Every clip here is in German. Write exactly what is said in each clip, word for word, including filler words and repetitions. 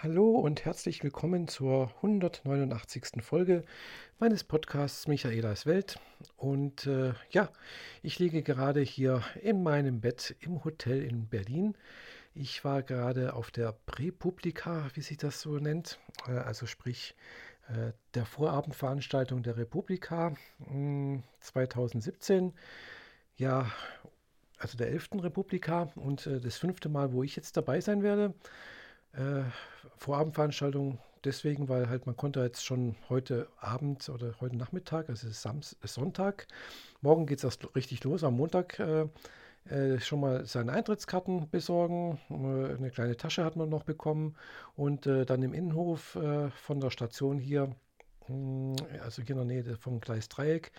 Hallo und herzlich willkommen zur hundertneunundachtzigsten Folge meines Podcasts Michaelas Welt. Und äh, ja, ich liege gerade hier in meinem Bett im Hotel in Berlin. Ich war gerade auf der Präpublica, wie sich das so nennt, äh, also sprich äh, der Vorabendveranstaltung der Republika mh, zweitausendsiebzehn. Ja, also der elften Republika und äh, das fünfte Mal, wo ich jetzt dabei sein werde. Äh, Vorabendveranstaltung deswegen, weil halt man konnte jetzt schon heute Abend oder heute Nachmittag, also es ist Sams ist Sonntag, morgen geht es erst richtig los, am Montag äh, äh, schon mal seine Eintrittskarten besorgen. Äh, eine kleine Tasche hat man noch bekommen und äh, dann im Innenhof äh, von der Station hier, mh, also hier in der Nähe vom Gleis Dreieck,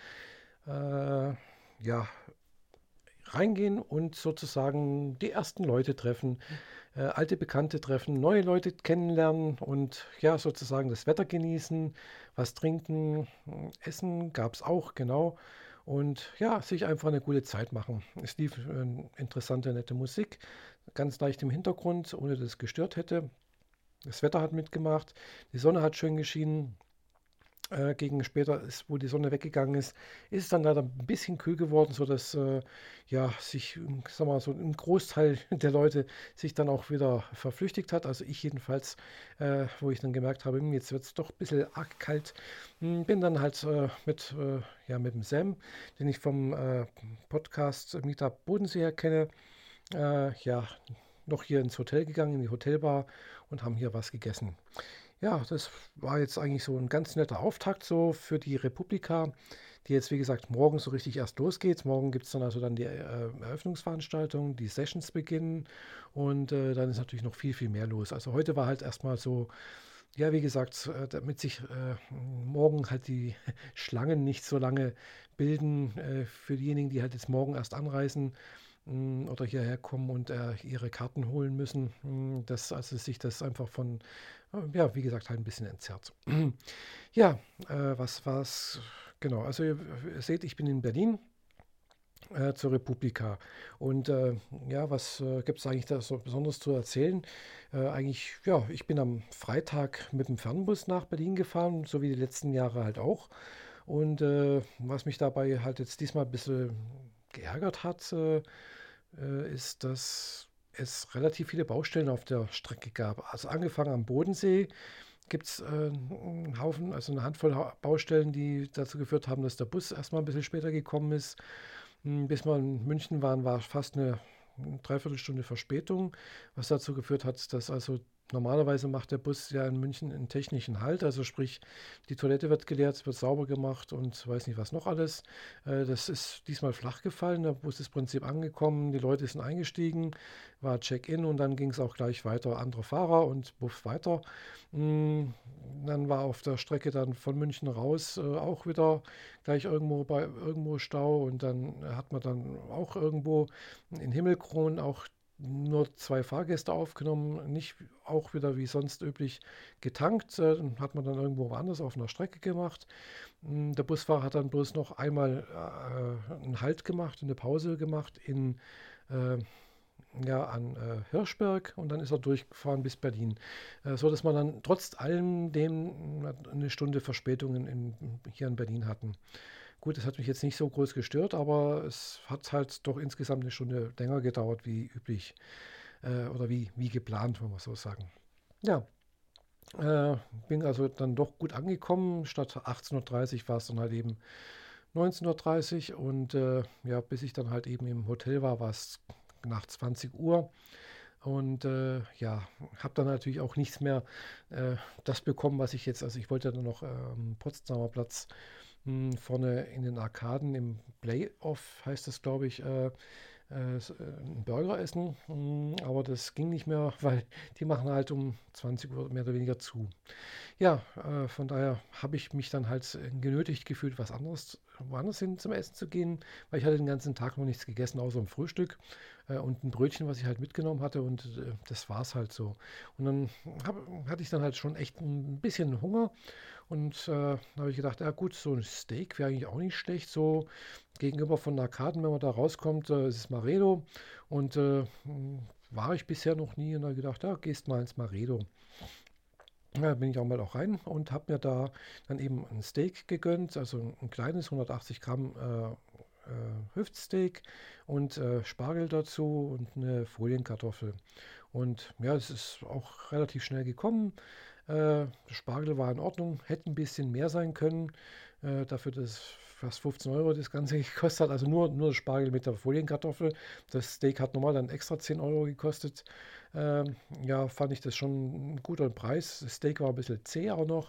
äh, ja, reingehen und sozusagen die ersten Leute treffen, äh, alte Bekannte treffen, neue Leute kennenlernen und ja, sozusagen das Wetter genießen, was trinken, äh, essen gab es auch, genau. Und ja, sich einfach eine gute Zeit machen. Es lief äh, interessante, nette Musik, ganz leicht im Hintergrund, ohne dass es gestört hätte. Das Wetter hat mitgemacht, die Sonne hat schön geschienen. Äh, gegen später ist, wo die Sonne weggegangen ist, ist es dann leider ein bisschen kühl geworden, sodass äh, ja, sich, ähm, sag mal, so ein Großteil der Leute sich dann auch wieder verflüchtigt hat. Also ich jedenfalls, äh, wo ich dann gemerkt habe, hm, jetzt wird es doch ein bisschen arg kalt, hm, bin dann halt äh, mit, äh, ja, mit dem Sam, den ich vom äh, Podcast Meetup Bodensee her kenne, äh, ja, noch hier ins Hotel gegangen, in die Hotelbar und haben hier was gegessen. Ja, das war jetzt eigentlich so ein ganz netter Auftakt so für die Republika, die jetzt, wie gesagt, morgen so richtig erst losgeht. Morgen gibt es dann also dann die äh, Eröffnungsveranstaltung, die Sessions beginnen und äh, dann ist natürlich noch viel, viel mehr los. Also heute war halt erstmal so, ja, wie gesagt, äh, damit sich äh, morgen halt die Schlangen nicht so lange bilden äh, für diejenigen, die halt jetzt morgen erst anreisen mh, oder hierher kommen und äh, ihre Karten holen müssen, mh, dass also sich das einfach von, äh, ja, wie gesagt, halt ein bisschen entzerrt. Ja, äh, was war's? Genau, also ihr, ihr seht, ich bin in Berlin äh, zur Republika. Und äh, ja, was äh, gibt es eigentlich da so Besonderes zu erzählen? Äh, eigentlich, ja, ich bin am Freitag mit dem Fernbus nach Berlin gefahren, so wie die letzten Jahre halt auch. Und äh, was mich dabei halt jetzt diesmal ein bisschen geärgert hat, äh, äh, ist, dass es relativ viele Baustellen auf der Strecke gab. Also angefangen am Bodensee gibt es äh, einen Haufen, also eine Handvoll Ha- Baustellen, die dazu geführt haben, dass der Bus erstmal ein bisschen später gekommen ist. Hm, Bis wir in München waren, war fast eine Dreiviertelstunde Verspätung, was dazu geführt hat, dass also normalerweise macht der Bus ja in München einen technischen Halt, also sprich, die Toilette wird geleert, wird sauber gemacht und weiß nicht was noch alles. Äh, Das ist diesmal flach gefallen, der Bus ist im Prinzip angekommen, die Leute sind eingestiegen, war Check-in und dann ging es auch gleich weiter, andere Fahrer und Buff weiter. Mm, Dann war auf der Strecke dann von München raus äh, auch wieder gleich irgendwo bei irgendwo Stau und dann hat man dann auch irgendwo in Himmelkron auch nur zwei Fahrgäste aufgenommen, nicht auch wieder wie sonst üblich getankt, äh, hat man dann irgendwo woanders auf einer Strecke gemacht. Mm, Der Busfahrer hat dann bloß noch einmal äh, einen Halt gemacht, eine Pause gemacht in äh, ja, an äh, Hirschberg und dann ist er durchgefahren bis Berlin. Äh, so dass man dann trotz allem dem eine Stunde Verspätungen in, hier in Berlin hatten. Gut, das hat mich jetzt nicht so groß gestört, aber es hat halt doch insgesamt eine Stunde länger gedauert wie üblich äh, oder wie, wie geplant, wenn wir so sagen. Ja, äh, bin also dann doch gut angekommen. Statt achtzehn Uhr dreißig war es dann halt eben neunzehn Uhr dreißig und äh, ja, bis ich dann halt eben im Hotel war, war es nach zwanzig Uhr. Und äh, ja, habe dann natürlich auch nichts mehr äh, das bekommen, was ich jetzt, also ich wollte dann noch ähm, Potsdamer Platz mh, vorne in den Arkaden im Playoff, heißt das, glaube ich, äh, äh, s- äh, 'n Burger essen, hm, aber das ging nicht mehr, weil die machen halt um zwanzig Uhr mehr oder weniger zu. Ja, äh, von daher habe ich mich dann halt äh, genötigt gefühlt, was anderes woanders hin zum Essen zu gehen, weil ich hatte den ganzen Tag noch nichts gegessen, außer ein Frühstück äh, und ein Brötchen, was ich halt mitgenommen hatte und äh, das war's halt so. Und dann hab, hatte ich dann halt schon echt ein bisschen Hunger und äh, da habe ich gedacht, ja gut, so ein Steak wäre eigentlich auch nicht schlecht, so gegenüber von Arkaden, wenn man da rauskommt, äh, ist es Maredo und äh, m, war ich bisher noch nie und da gedacht, ja, gehst mal ins Maredo. Ja, bin ich auch mal auch rein und habe mir da dann eben ein Steak gegönnt, also ein, ein kleines hundertachtzig Gramm äh, äh, Hüftsteak und äh, Spargel dazu und eine Folienkartoffel. Und ja, es ist auch relativ schnell gekommen. Äh, der Spargel war in Ordnung, hätte ein bisschen mehr sein können, äh, dafür, dass fast fünfzehn Euro das Ganze gekostet hat. Also nur, nur der Spargel mit der Folienkartoffel. Das Steak hat normal dann extra zehn Euro gekostet. Ähm, ja, fand ich das schon ein guter Preis. Das Steak war ein bisschen zäh auch noch,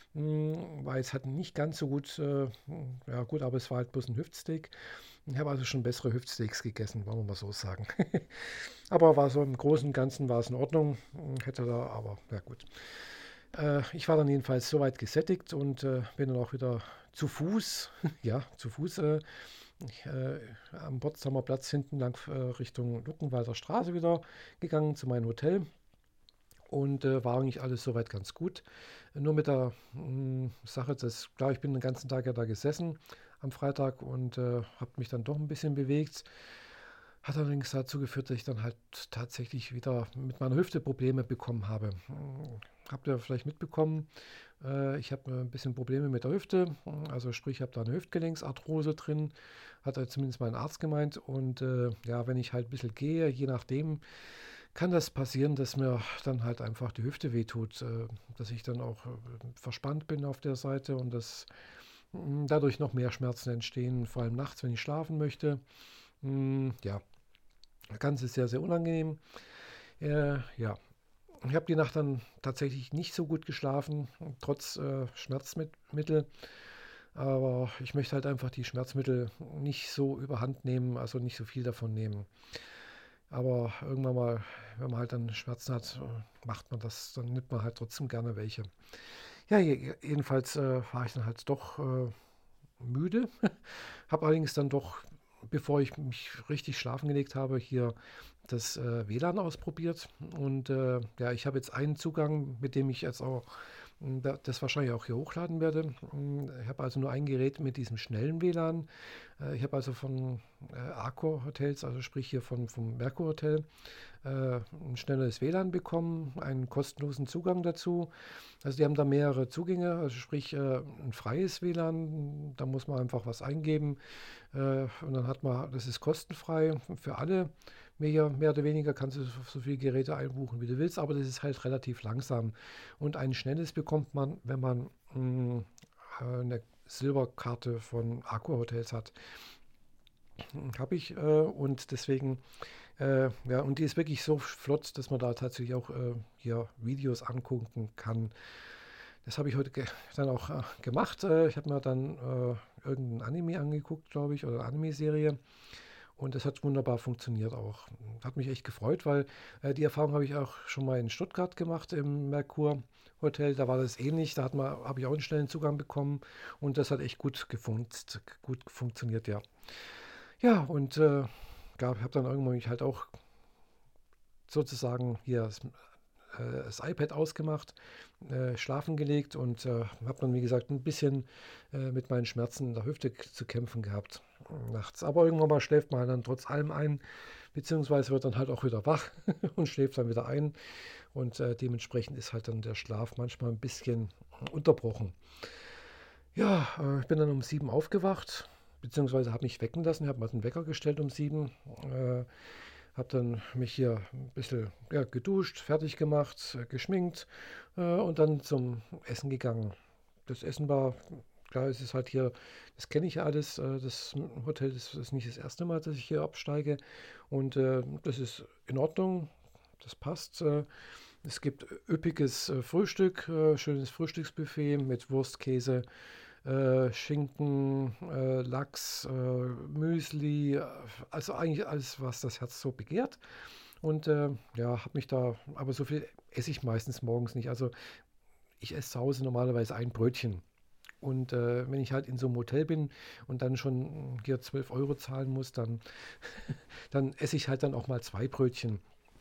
mm, weil es hat nicht ganz so gut, äh, ja gut, aber es war halt bloß ein Hüftsteak. Ich habe also schon bessere Hüftsteaks gegessen, wollen wir mal so sagen. Aber war so im Großen und Ganzen war es in Ordnung. Hätte da, aber ja gut. Äh, ich war dann jedenfalls soweit gesättigt und äh, bin dann auch wieder zu Fuß, ja, zu Fuß äh, ich, äh, am Potsdamer Platz hinten lang äh, Richtung Luckenwalder Straße wieder gegangen zu meinem Hotel und äh, war eigentlich alles soweit ganz gut. Nur mit der mh, Sache, dass, klar, ich bin den ganzen Tag ja da gesessen am Freitag und äh, habe mich dann doch ein bisschen bewegt. Hat allerdings dazu geführt, dass ich dann halt tatsächlich wieder mit meiner Hüfte Probleme bekommen habe. Hm, Habt ihr vielleicht mitbekommen, äh, ich habe ein bisschen Probleme mit der Hüfte. Hm, Also sprich, ich habe da eine Hüftgelenksarthrose drin, hat halt zumindest mein Arzt gemeint. Und äh, ja, wenn ich halt ein bisschen gehe, je nachdem, kann das passieren, dass mir dann halt einfach die Hüfte wehtut, äh, dass ich dann auch äh, verspannt bin auf der Seite und dass mm, dadurch noch mehr Schmerzen entstehen, vor allem nachts, wenn ich schlafen möchte. Mm, Ja, das Ganze ist sehr, sehr unangenehm. Äh, ja, ich habe die Nacht dann tatsächlich nicht so gut geschlafen, trotz äh, Schmerzmittel. Aber ich möchte halt einfach die Schmerzmittel nicht so überhand nehmen, also nicht so viel davon nehmen. Aber irgendwann mal, wenn man halt dann Schmerzen hat, äh, macht man das, dann nimmt man halt trotzdem gerne welche. Ja, je- jedenfalls äh, war ich dann halt doch äh, müde. Habe allerdings dann doch, bevor ich mich richtig schlafen gelegt habe, hier das äh, W L A N ausprobiert. Und äh, ja, ich habe jetzt einen Zugang, mit dem ich jetzt auch mh, da- das wahrscheinlich auch hier hochladen werde. Mm, Ich habe also nur ein Gerät mit diesem schnellen W L A N. Äh, Ich habe also von äh, Accor Hotels, also sprich hier von, vom Merkur Hotel, äh, ein schnelles W L A N bekommen, einen kostenlosen Zugang dazu. Also die haben da mehrere Zugänge, also sprich äh, ein freies W L A N, da muss man einfach was eingeben äh, und dann hat man, das ist kostenfrei für alle. Mehr, mehr oder weniger kannst du so, so viele Geräte einbuchen, wie du willst, aber das ist halt relativ langsam. Und ein schnelles bekommt man, wenn man mh, eine Silberkarte von Accor Hotels hat. Habe ich äh, und deswegen äh, ja, und die ist wirklich so flott, dass man da tatsächlich auch äh, hier Videos angucken kann. Das habe ich heute ge dann auch äh, gemacht. Äh, ich habe mir dann äh, irgendein Anime angeguckt, glaube ich, oder eine Anime-Serie. Und das hat wunderbar funktioniert auch. Hat mich echt gefreut, weil äh, die Erfahrung habe ich auch schon mal in Stuttgart gemacht im Merkur Hotel. Da war das ähnlich. Da hat man, habe ich auch einen schnellen Zugang bekommen und das hat echt gut gefunkt, gut funktioniert, ja. Ja, und äh, habe dann irgendwann mich halt auch sozusagen hier das, äh, das iPad ausgemacht, äh, schlafen gelegt und äh, habe dann, wie gesagt, ein bisschen äh, mit meinen Schmerzen in der Hüfte k- zu kämpfen gehabt äh, nachts. Aber irgendwann mal schläft man dann trotz allem ein, beziehungsweise wird dann halt auch wieder wach und schläft dann wieder ein. Und äh, dementsprechend ist halt dann der Schlaf manchmal ein bisschen unterbrochen. Ja, äh, ich bin dann um sieben aufgewacht, beziehungsweise habe mich wecken lassen, habe mal den Wecker gestellt um sieben. Äh, habe dann mich hier ein bisschen ja, geduscht, fertig gemacht, äh, geschminkt äh, und dann zum Essen gegangen. Das Essen war, klar, es ist halt hier, das kenne ich ja alles. Äh, das Hotel das ist nicht das erste Mal, dass ich hier absteige. Und äh, das ist in Ordnung, das passt. Äh, es gibt üppiges äh, Frühstück, äh, schönes Frühstücksbuffet mit Wurst, Käse, äh, Schinken, äh, Lachs, äh, Müsli, äh, also eigentlich alles, was das Herz so begehrt. Und äh, ja, habe mich da, aber so viel esse ich meistens morgens nicht. Also ich esse zu Hause normalerweise ein Brötchen. Und äh, wenn ich halt in so einem Hotel bin und dann schon hier zwölf Euro zahlen muss, dann, dann esse ich halt dann auch mal zwei Brötchen.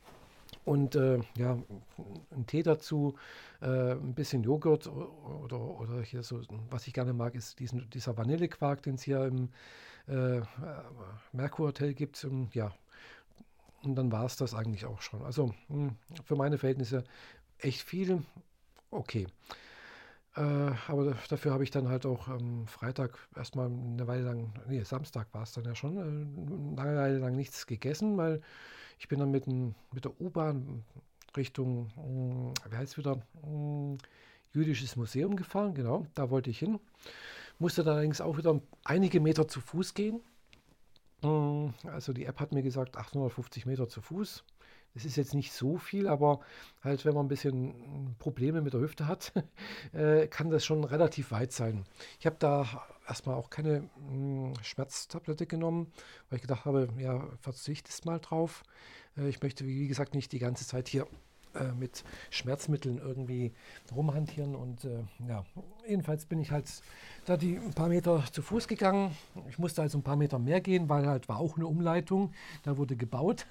Und äh, ja, ein Tee dazu, äh, ein bisschen Joghurt o- oder, oder hier so, was ich gerne mag, ist diesen, dieser Vanillequark, den es hier im äh, äh, Merkur Hotel gibt. Und, ja, und dann war es das eigentlich auch schon. Also mh, für meine Verhältnisse echt viel. okay. Äh, aber da- dafür habe ich dann halt auch am Freitag erstmal eine Weile lang, nee, Samstag war es dann ja schon, äh, eine lange Weile lang nichts gegessen, weil ich bin dann mit, dem, mit der U-Bahn Richtung, mm, wie heißt es wieder, mm, Jüdisches Museum gefahren, genau, da wollte ich hin. Musste dann allerdings auch wieder einige Meter zu Fuß gehen. Mm, Also die App hat mir gesagt achthundertfünfzig Meter zu Fuß. Das ist jetzt nicht so viel, aber halt, wenn man ein bisschen Probleme mit der Hüfte hat, äh, kann das schon relativ weit sein. Ich habe da erstmal auch keine mm, Schmerztablette genommen, weil ich gedacht habe, ja, verzichtest mal drauf. Äh, ich möchte, wie gesagt, nicht die ganze Zeit hier äh, mit Schmerzmitteln irgendwie rumhantieren. Und äh, ja, jedenfalls bin ich halt da die ein paar Meter zu Fuß gegangen. Ich musste also ein paar Meter mehr gehen, weil halt war auch eine Umleitung. Da wurde gebaut.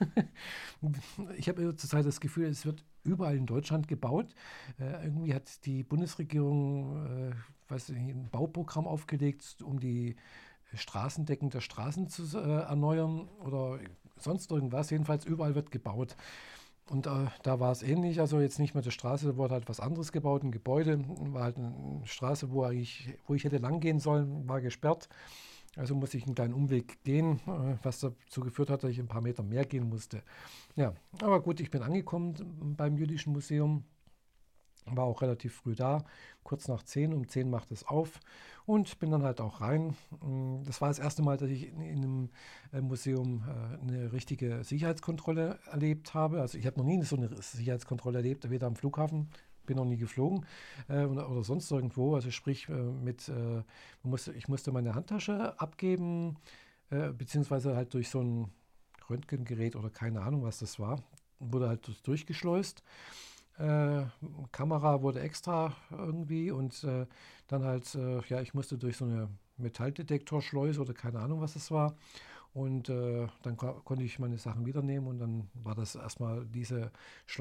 Ich habe zurzeit das Gefühl, es wird überall in Deutschland gebaut. Äh, irgendwie hat die Bundesregierung äh, weiß nicht, ein Bauprogramm aufgelegt, um die Straßendecken der Straßen zu äh, erneuern oder sonst irgendwas. Jedenfalls überall wird gebaut. Und äh, da war es ähnlich, also jetzt nicht mehr die Straße, da wurde halt was anderes gebaut, ein Gebäude, war halt eine Straße, wo ich, wo ich hätte lang gehen sollen, war gesperrt. Also musste ich einen kleinen Umweg gehen, äh, was dazu geführt hat, dass ich ein paar Meter mehr gehen musste. Ja, aber gut, ich bin angekommen beim Jüdischen Museum, war auch relativ früh da, kurz nach zehn, um zehn macht es auf und bin dann halt auch rein. Mm, Das war das erste Mal, dass ich in, in einem äh, Museum äh, eine richtige Sicherheitskontrolle erlebt habe. Also ich habe noch nie so eine Sicherheitskontrolle erlebt, weder am Flughafen, bin noch nie geflogen äh, oder, oder sonst irgendwo. Also sprich, äh, mit, äh, man musste, ich musste meine Handtasche abgeben, äh, beziehungsweise halt durch so ein Röntgengerät oder keine Ahnung, was das war, wurde halt durchgeschleust. Äh, Kamera wurde extra irgendwie und äh, dann halt, äh, ja, ich musste durch so eine Metalldetektorschleuse oder keine Ahnung, was es war. Und äh, dann ko konnte ich meine Sachen wiedernehmen und dann war das erstmal diese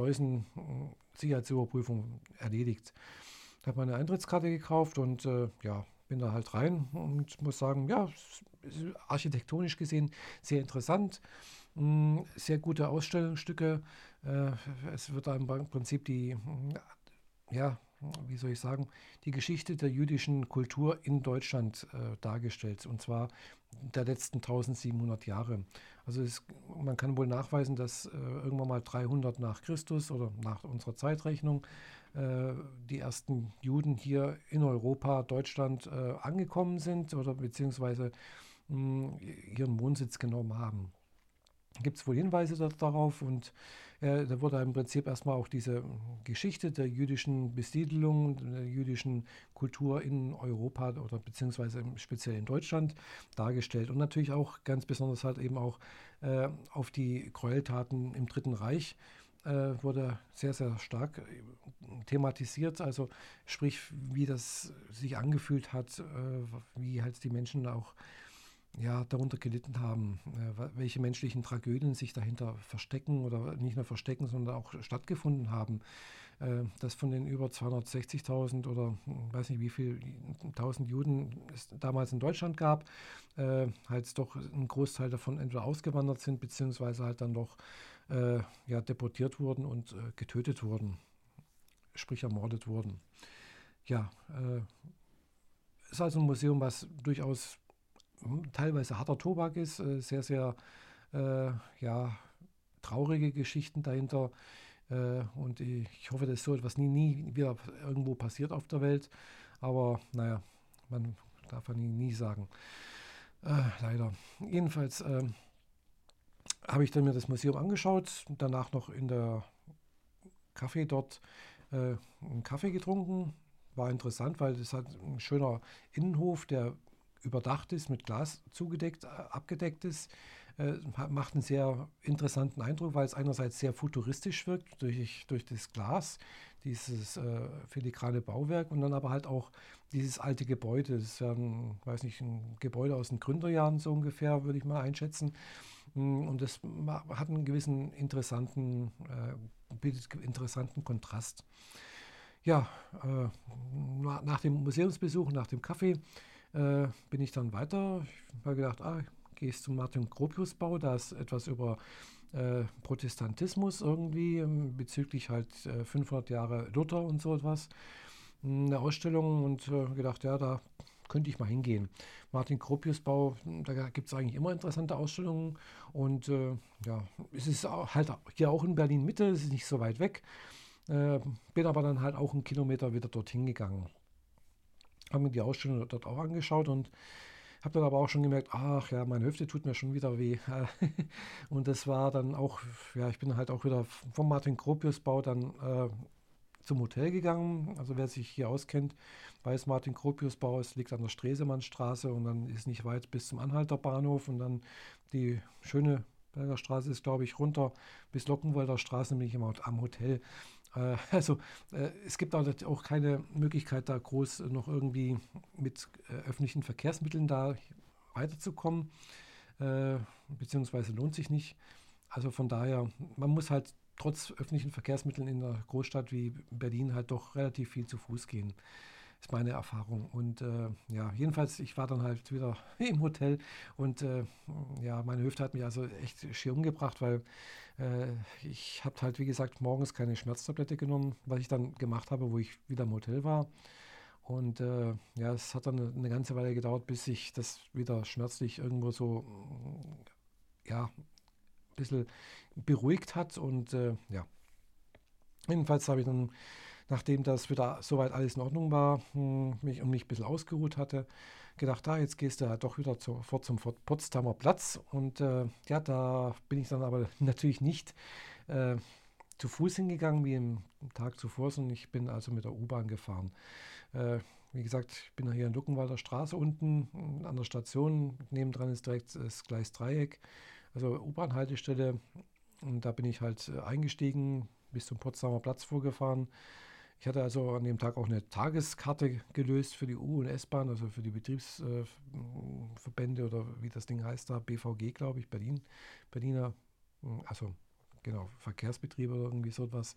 Schleusen-Sicherheitsüberprüfung erledigt. Ich habe meine Eintrittskarte gekauft und äh, ja, bin da halt rein und muss sagen, ja, architektonisch gesehen sehr interessant. Mm, Sehr gute Ausstellungsstücke. Äh, Es wird da im Prinzip die, mm, ja, wie soll ich sagen, die Geschichte der jüdischen Kultur in Deutschland äh, dargestellt, und zwar der letzten tausendsiebenhundert Jahre. Also es, man kann wohl nachweisen, dass äh, irgendwann mal dreihundert nach Christus oder nach unserer Zeitrechnung äh, die ersten Juden hier in Europa, Deutschland äh, angekommen sind oder beziehungsweise mh, ihren Wohnsitz genommen haben. Gibt es wohl Hinweise da, darauf und äh, da wurde im Prinzip erstmal auch diese Geschichte der jüdischen Besiedelung, der jüdischen Kultur in Europa oder beziehungsweise speziell in Deutschland dargestellt und natürlich auch ganz besonders halt eben auch äh, auf die Gräueltaten im Dritten Reich äh, wurde sehr, sehr stark äh, thematisiert, also sprich, wie das sich angefühlt hat, äh, wie halt die Menschen auch ja, darunter gelitten haben, äh, welche menschlichen Tragödien sich dahinter verstecken oder nicht nur verstecken, sondern auch stattgefunden haben. Äh, dass von den über zweihundertsechzigtausend oder hm, weiß nicht wie viel tausend Juden es damals in Deutschland gab, äh, halt doch ein Großteil davon entweder ausgewandert sind, beziehungsweise halt dann doch äh, ja, deportiert wurden und äh, getötet wurden, sprich ermordet wurden. Ja, äh, ist also ein Museum, was durchaus hm, teilweise harter Tobak ist, äh, sehr, sehr äh, ja, traurige Geschichten dahinter. Äh, und ich hoffe, dass so etwas nie, nie wieder irgendwo passiert auf der Welt. Aber naja, man darf ja nie, nie sagen. Äh, leider. Jedenfalls ähm, habe ich dann mir das Museum angeschaut, danach noch in der Café dort äh, einen Kaffee getrunken. War interessant, weil es hat ein schöner Innenhof, der überdacht ist, mit Glas zugedeckt, äh, abgedeckt ist. Äh, macht einen sehr interessanten Eindruck, weil es einerseits sehr futuristisch wirkt durch, durch das Glas, dieses äh, filigrane Bauwerk und dann aber halt auch dieses alte Gebäude. Das ist ja ein, weiß nicht, ein Gebäude aus den Gründerjahren so ungefähr, würde ich mal einschätzen. Mm, Und das ma- hat einen gewissen interessanten, äh, bildet interessanten Kontrast. Ja, äh, na- nach dem Museumsbesuch, nach dem Kaffee, äh, bin ich dann weiter. Ich habe gedacht, ah, gehst zum Martin Gropius Bau, da ist etwas über äh, Protestantismus irgendwie ähm, bezüglich halt äh, fünfhundert Jahre Luther und so etwas. Eine Ausstellung und äh, gedacht, ja, da könnte ich mal hingehen. Martin Gropius-Bau, da gibt es eigentlich immer interessante Ausstellungen und äh, ja, es ist auch, halt hier auch in Berlin-Mitte, es ist nicht so weit weg. Äh, bin aber dann halt auch einen Kilometer wieder dorthin gegangen. Habe mir die Ausstellung dort auch angeschaut und habe dann aber auch schon gemerkt, ach ja, meine Hüfte tut mir schon wieder weh. Und das war dann auch, ja, ich bin halt auch wieder vom Martin Gropius-Bau dann äh, zum Hotel gegangen. Also wer sich hier auskennt, weiß, Martin Gropius-Bau, es liegt an der Stresemannstraße und dann ist nicht weit bis zum Anhalter Bahnhof und dann die schöne Berger Straße ist, glaube ich, runter bis Lockenwalder Straße, bin ich immer am Hotel. Äh, also äh, es gibt auch keine Möglichkeit, da groß noch irgendwie mit äh, öffentlichen Verkehrsmitteln da weiterzukommen, äh, beziehungsweise lohnt sich nicht. Also von daher, man muss halt trotz öffentlichen Verkehrsmitteln in einer Großstadt wie Berlin halt doch relativ viel zu Fuß gehen. Ist meine Erfahrung. Und äh, ja, jedenfalls, ich war dann halt wieder im Hotel und äh, ja, meine Hüfte hat mich also echt schier umgebracht, weil äh, ich habe halt, wie gesagt, morgens keine Schmerztablette genommen, was ich dann gemacht habe, wo ich wieder im Hotel war. Und äh, ja, es hat dann eine, eine ganze Weile gedauert, bis sich das wieder schmerzlich irgendwo so, ja, ein bisschen beruhigt hat. Und äh, ja, jedenfalls habe ich dann, nachdem das wieder soweit alles in Ordnung war, hm, mich und mich ein bisschen ausgeruht hatte, gedacht, ah, jetzt gehst du halt doch wieder sofort zum Potsdamer Platz. Und äh, ja, da bin ich dann aber natürlich nicht äh, zu Fuß hingegangen wie am Tag zuvor, sondern ich bin also mit der U-Bahn gefahren. Äh, wie gesagt, ich bin hier in Luckenwalder Straße unten an der Station. Nebendran ist direkt das Gleis Dreieck, also U-Bahn-Haltestelle. Und da bin ich halt äh, eingestiegen, bis zum Potsdamer Platz vorgefahren. Ich hatte also an dem Tag auch eine Tageskarte gelöst für die U- und S-Bahn, also für die Betriebsverbände oder wie das Ding heißt da, B V G, glaube ich, Berlin, Berliner, also genau, Verkehrsbetriebe oder irgendwie so etwas.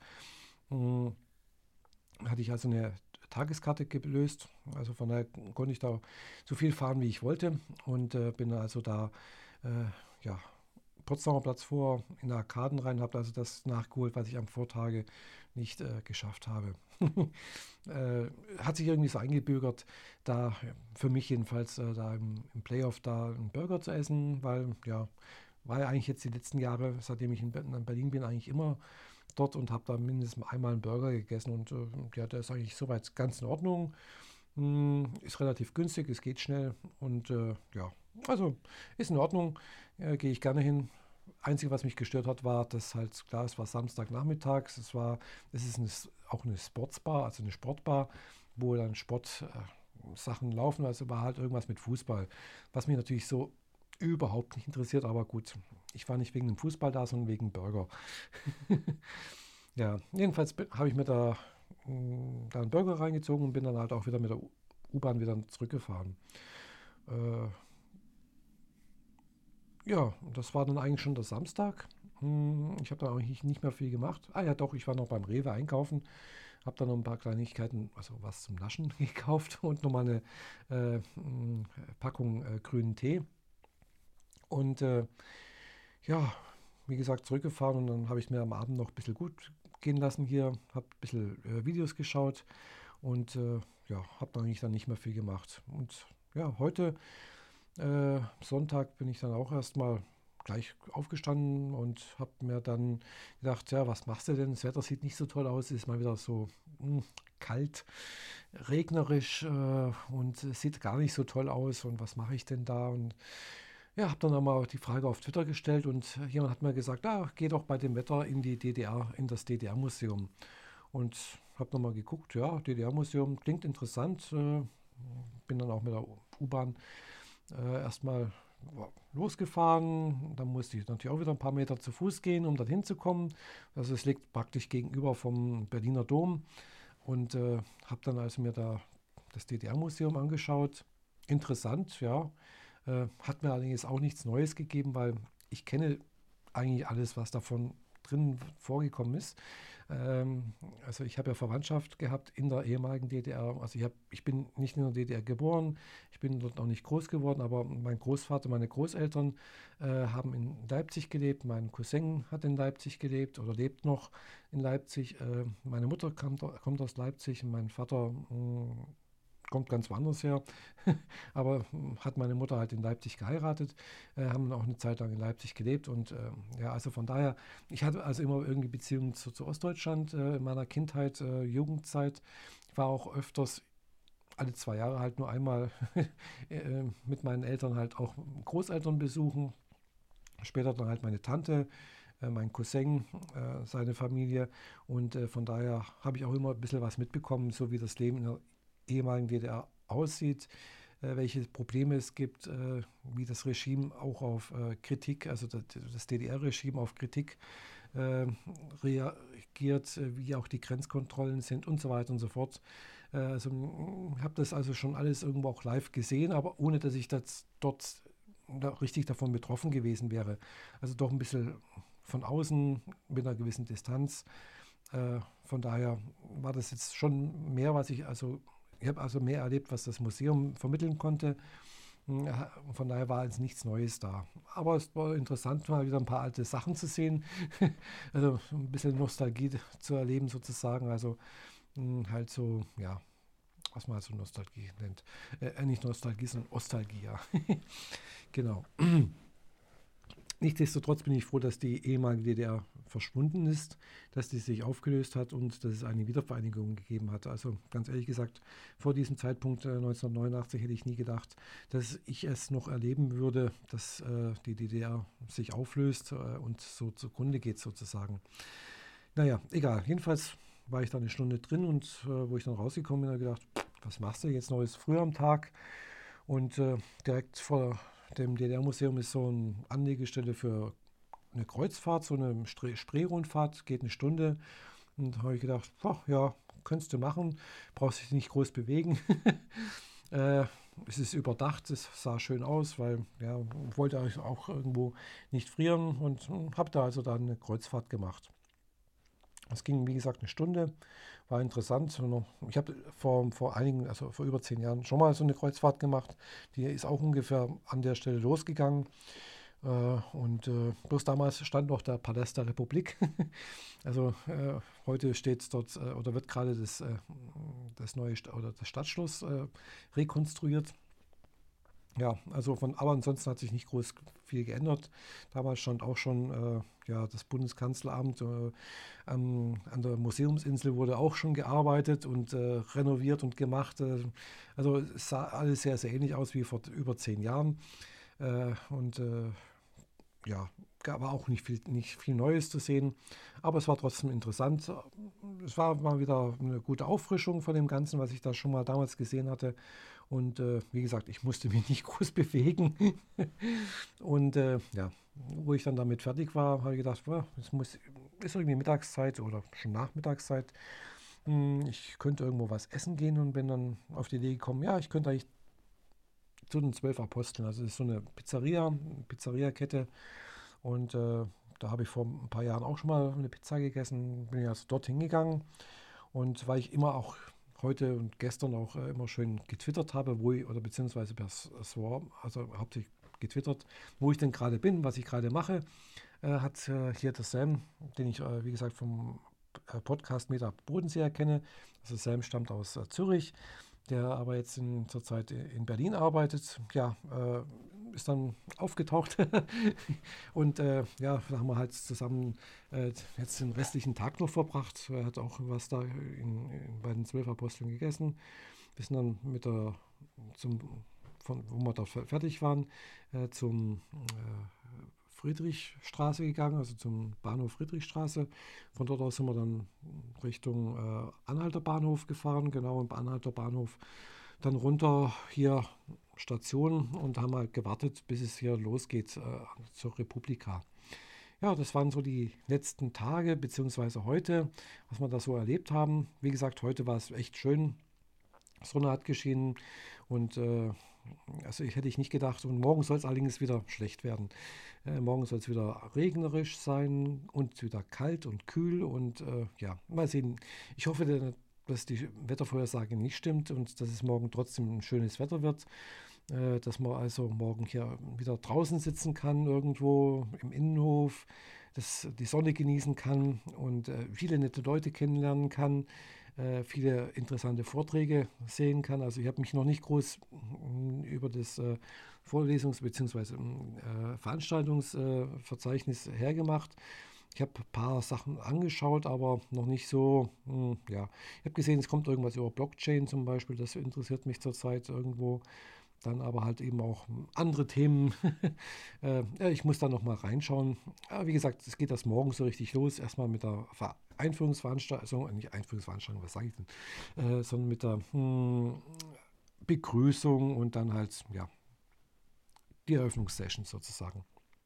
Hatte ich also eine Tageskarte gelöst, also von daher konnte ich da so viel fahren, wie ich wollte und äh, bin also da, äh, ja, Potsdamer Platz vor in der Arkaden rein, habe also das nachgeholt, was ich am Vortage nicht äh, geschafft habe. äh, hat sich irgendwie so eingebürgert, da für mich jedenfalls äh, da im, im Playoff da einen Burger zu essen, weil ja, war ja eigentlich jetzt die letzten Jahre, seitdem ich in Berlin bin, eigentlich immer dort und habe da mindestens einmal einen Burger gegessen und äh, ja, der ist eigentlich soweit ganz in Ordnung. Mm, ist relativ günstig, es geht schnell und äh, ja, also ist in Ordnung, äh, gehe ich gerne hin. Einzige, was mich gestört hat, war, dass halt klar, es war Samstagnachmittags, es war, es ist eine, auch eine Sportsbar, also eine Sportbar, wo dann Sportsachen äh, laufen, also war halt irgendwas mit Fußball, was mich natürlich so überhaupt nicht interessiert, aber gut, ich war nicht wegen dem Fußball da, sondern wegen Burger. Ja, jedenfalls habe ich mir da, mh, da einen Burger reingezogen und bin dann halt auch wieder mit der U- U-Bahn wieder zurückgefahren. Äh, ja, das war dann eigentlich schon der Samstag. Hm, Ich habe da eigentlich nicht mehr viel gemacht. Ah ja, doch, ich war noch beim Rewe einkaufen, habe dann noch ein paar Kleinigkeiten, also was zum Naschen gekauft und nochmal eine äh, mh, Packung äh, grünen Tee. Und äh, ja, wie gesagt, zurückgefahren und dann habe ich mir am Abend noch ein bisschen gut gehen lassen hier, habe ein bisschen äh, Videos geschaut und äh, ja, habe eigentlich dann nicht mehr viel gemacht. Und ja, heute, äh, Sonntag, bin ich dann auch erstmal gleich aufgestanden und habe mir dann gedacht, ja, was machst du denn? Das Wetter sieht nicht so toll aus, es ist mal wieder so mh, kalt, regnerisch äh, und es sieht gar nicht so toll aus und was mache ich denn da? Und ja, habe dann einmal die Frage auf Twitter gestellt und jemand hat mir gesagt, ah, geh doch bei dem Wetter in die D D R, in das D D R-Museum. Und habe nochmal geguckt, ja, D D R-Museum klingt interessant. Äh, bin dann auch mit der U-Bahn äh, erstmal losgefahren. Dann musste ich natürlich auch wieder ein paar Meter zu Fuß gehen, um dorthin zu kommen. Also es liegt praktisch gegenüber vom Berliner Dom. Und äh, habe dann also mir da das D D R-Museum angeschaut. Interessant, ja. Äh, hat mir allerdings auch nichts Neues gegeben, weil ich kenne eigentlich alles, was davon drin vorgekommen ist. Ähm, also ich habe ja Verwandtschaft gehabt in der ehemaligen D D R. Also ich, hab, ich bin nicht in der D D R geboren, ich bin dort auch nicht groß geworden, aber mein Großvater, meine Großeltern äh, haben in Leipzig gelebt. Mein Cousin hat in Leipzig gelebt oder lebt noch in Leipzig. Äh, meine Mutter kommt, kommt aus Leipzig und mein Vater mh, kommt ganz woanders her, aber hm, hat meine Mutter halt in Leipzig geheiratet, äh, haben auch eine Zeit lang in Leipzig gelebt und äh, ja, also von daher, ich hatte also immer irgendwie Beziehungen zu, zu Ostdeutschland äh, in meiner Kindheit, äh, Jugendzeit. Ich war auch öfters alle zwei Jahre halt nur einmal äh, mit meinen Eltern halt auch Großeltern besuchen. Später dann halt meine Tante, äh, mein Cousin, äh, seine Familie und äh, von daher habe ich auch immer ein bisschen was mitbekommen, so wie das Leben in der ehemaligen D D R aussieht, äh, welche Probleme es gibt, äh, wie das Regime auch auf äh, Kritik, also das, das D D R-Regime auf Kritik äh, reagiert, äh, wie auch die Grenzkontrollen sind und so weiter und so fort. Äh, also habe das also schon alles irgendwo auch live gesehen, aber ohne dass ich das dort da richtig davon betroffen gewesen wäre. Also doch ein bisschen von außen mit einer gewissen Distanz. Äh, von daher war das jetzt schon mehr, was ich also ich habe also mehr erlebt, was das Museum vermitteln konnte. Ja, von daher war jetzt nichts Neues da. Aber es war interessant, mal wieder ein paar alte Sachen zu sehen. Also ein bisschen Nostalgie zu erleben sozusagen. Also mh, halt so, ja, was man halt so Nostalgie nennt. Äh, nicht Nostalgie, sondern Ostalgie, ja. Genau. Nichtsdestotrotz bin ich froh, dass die ehemalige D D R verschwunden ist, dass die sich aufgelöst hat und dass es eine Wiedervereinigung gegeben hat. Also ganz ehrlich gesagt, vor diesem Zeitpunkt äh, neunzehnhundertneunundachtzig hätte ich nie gedacht, dass ich es noch erleben würde, dass äh, die D D R sich auflöst äh, und so zugrunde geht sozusagen. Naja, egal. Jedenfalls war ich da eine Stunde drin und äh, wo ich dann rausgekommen bin, habe ich gedacht, was machst du jetzt Neues früh am Tag? Und äh, direkt vor dem D D R-Museum ist so eine Anlegestelle für eine Kreuzfahrt, so eine Stre- Spreerundfahrt, geht eine Stunde. Und da habe ich gedacht, boah, ja, könntest du machen, brauchst dich nicht groß bewegen. äh, es ist überdacht, es sah schön aus, weil ja, ich wollte eigentlich auch irgendwo nicht frieren und habe da also dann eine Kreuzfahrt gemacht. Es ging, wie gesagt, eine Stunde, war interessant. Ich habe vor, vor einigen, also vor über zehn Jahren schon mal so eine Kreuzfahrt gemacht. Die ist auch ungefähr an der Stelle losgegangen. Äh, und äh, bloß damals stand noch der Palast der Republik. Also äh, heute steht dort äh, oder wird gerade das, äh, das neue St oder das Stadtschloss äh, rekonstruiert. Ja, also von, aber ansonsten hat sich nicht groß viel geändert. Damals stand auch schon äh, ja, das Bundeskanzleramt. Äh, am, an der Museumsinsel wurde auch schon gearbeitet und äh, renoviert und gemacht. Äh, also es sah alles sehr, sehr ähnlich aus wie vor über zehn Jahren. Äh, und äh, ja, gab auch nicht viel, nicht viel Neues zu sehen, aber es war trotzdem interessant. Es war mal wieder eine gute Auffrischung von dem Ganzen, was ich da schon mal damals gesehen hatte. Und äh, wie gesagt, ich musste mich nicht groß bewegen. Und äh, ja, wo ich dann damit fertig war, habe ich gedacht, boah, es muss, ist irgendwie Mittagszeit oder schon Nachmittagszeit. Hm, Ich könnte irgendwo was essen gehen und bin dann auf die Idee gekommen, ja, ich könnte eigentlich zu den zwölf Aposteln, also das ist so eine Pizzeria, Pizzeria-Kette. Und äh, da habe ich vor ein paar Jahren auch schon mal eine Pizza gegessen, bin ja also dorthin gegangen. Und weil ich immer auch heute und gestern auch äh, immer schön getwittert habe, wo ich, oder beziehungsweise per Swarm, also hauptsächlich getwittert, wo ich denn gerade bin, was ich gerade mache, äh, hat äh, hier der Sam, den ich, äh, wie gesagt, vom äh, Podcast Meter Bodensee kenne. Also Sam stammt aus äh, Zürich, der aber jetzt in, zurzeit in Berlin arbeitet. Ja, äh, ist dann aufgetaucht und äh, ja, da haben wir halt zusammen äh, jetzt den restlichen Tag noch verbracht. Er hat auch was da in, in, bei den zwölf Aposteln gegessen. Wir sind dann mit der, zum, von, wo wir da fertig waren, äh, zum äh, Friedrichstraße gegangen, also zum Bahnhof Friedrichstraße. Von dort aus sind wir dann Richtung äh, Anhalter Bahnhof gefahren, genau im Anhalter Bahnhof. Dann runter hier Station und haben halt gewartet, bis es hier losgeht äh, zur Republika. Ja, das waren so die letzten Tage, beziehungsweise heute, was wir da so erlebt haben. Wie gesagt, heute war es echt schön. Sonne hat geschienen und äh, Also ich hätte ich nicht gedacht. Und morgen soll es allerdings wieder schlecht werden. Äh, morgen soll es wieder regnerisch sein und wieder kalt und kühl. Und äh, ja, mal sehen. Ich hoffe, der- dass die Wettervorhersage nicht stimmt und dass es morgen trotzdem ein schönes Wetter wird. Äh, dass man also morgen hier wieder draußen sitzen kann, irgendwo im Innenhof, dass die Sonne genießen kann und äh, viele nette Leute kennenlernen kann, äh, viele interessante Vorträge sehen kann. Also ich habe mich noch nicht groß mm, über das äh, Vorlesungs- bzw. Äh, Veranstaltungsverzeichnis äh, hergemacht. Ich habe ein paar Sachen angeschaut, aber noch nicht so, mh, ja. Ich habe gesehen, es kommt irgendwas über Blockchain zum Beispiel, das interessiert mich zurzeit irgendwo. Dann aber halt eben auch andere Themen. äh, ja, ich muss da noch mal reinschauen. Aber wie gesagt, es geht das morgen so richtig los. Erstmal mit der Ver Einführungsveranstaltung, äh, nicht Einführungsveranstaltung, was sage ich denn? Äh, sondern mit der hm, Begrüßung und dann halt, ja, die Eröffnungssession sozusagen.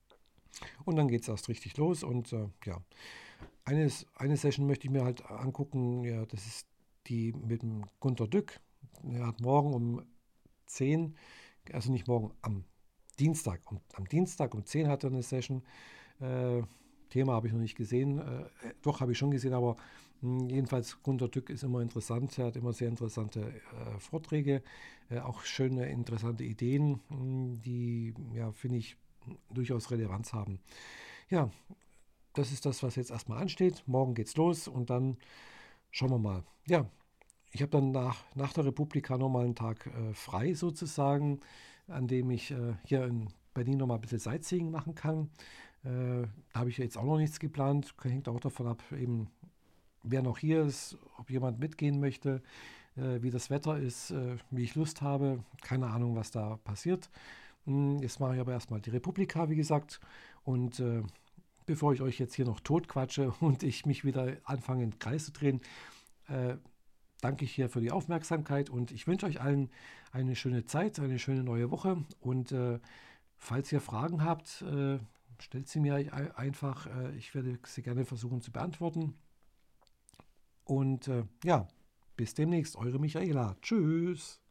Und dann geht es erst richtig los. Und äh, ja, eines, eine Session möchte ich mir halt angucken. Ja, das ist die mit dem Gunter Dück. Er hat morgen um zehn, also nicht morgen, am Dienstag. Um, am Dienstag um zehn hat er eine Session. Äh, Thema habe ich noch nicht gesehen. Äh, doch, habe ich schon gesehen, aber mh, jedenfalls Gunter Dück ist immer interessant. Er hat immer sehr interessante äh, Vorträge, äh, auch schöne, interessante Ideen, mh, die, ja, finde ich, durchaus Relevanz haben. Ja, das ist das, was jetzt erstmal ansteht. Morgen geht's los und dann schauen wir mal. Ja, ich habe dann nach, nach der Republika nochmal einen Tag äh, frei sozusagen, an dem ich äh, hier in Berlin nochmal ein bisschen Sightseeing machen kann. Äh, da habe ich jetzt auch noch nichts geplant. Hängt auch davon ab, eben, wer noch hier ist, ob jemand mitgehen möchte, äh, wie das Wetter ist, äh, wie ich Lust habe. Keine Ahnung, was da passiert. Hm, Jetzt mache ich aber erstmal die Republika, wie gesagt. Und äh, bevor ich euch jetzt hier noch totquatsche und ich mich wieder anfange, im Kreis zu drehen, äh, danke ich hier für die Aufmerksamkeit und ich wünsche euch allen eine schöne Zeit, eine schöne neue Woche. Und äh, falls ihr Fragen habt, äh, stellt sie mir einfach. Äh, ich werde sie gerne versuchen zu beantworten. Und äh, ja, bis demnächst, eure Michaela. Tschüss.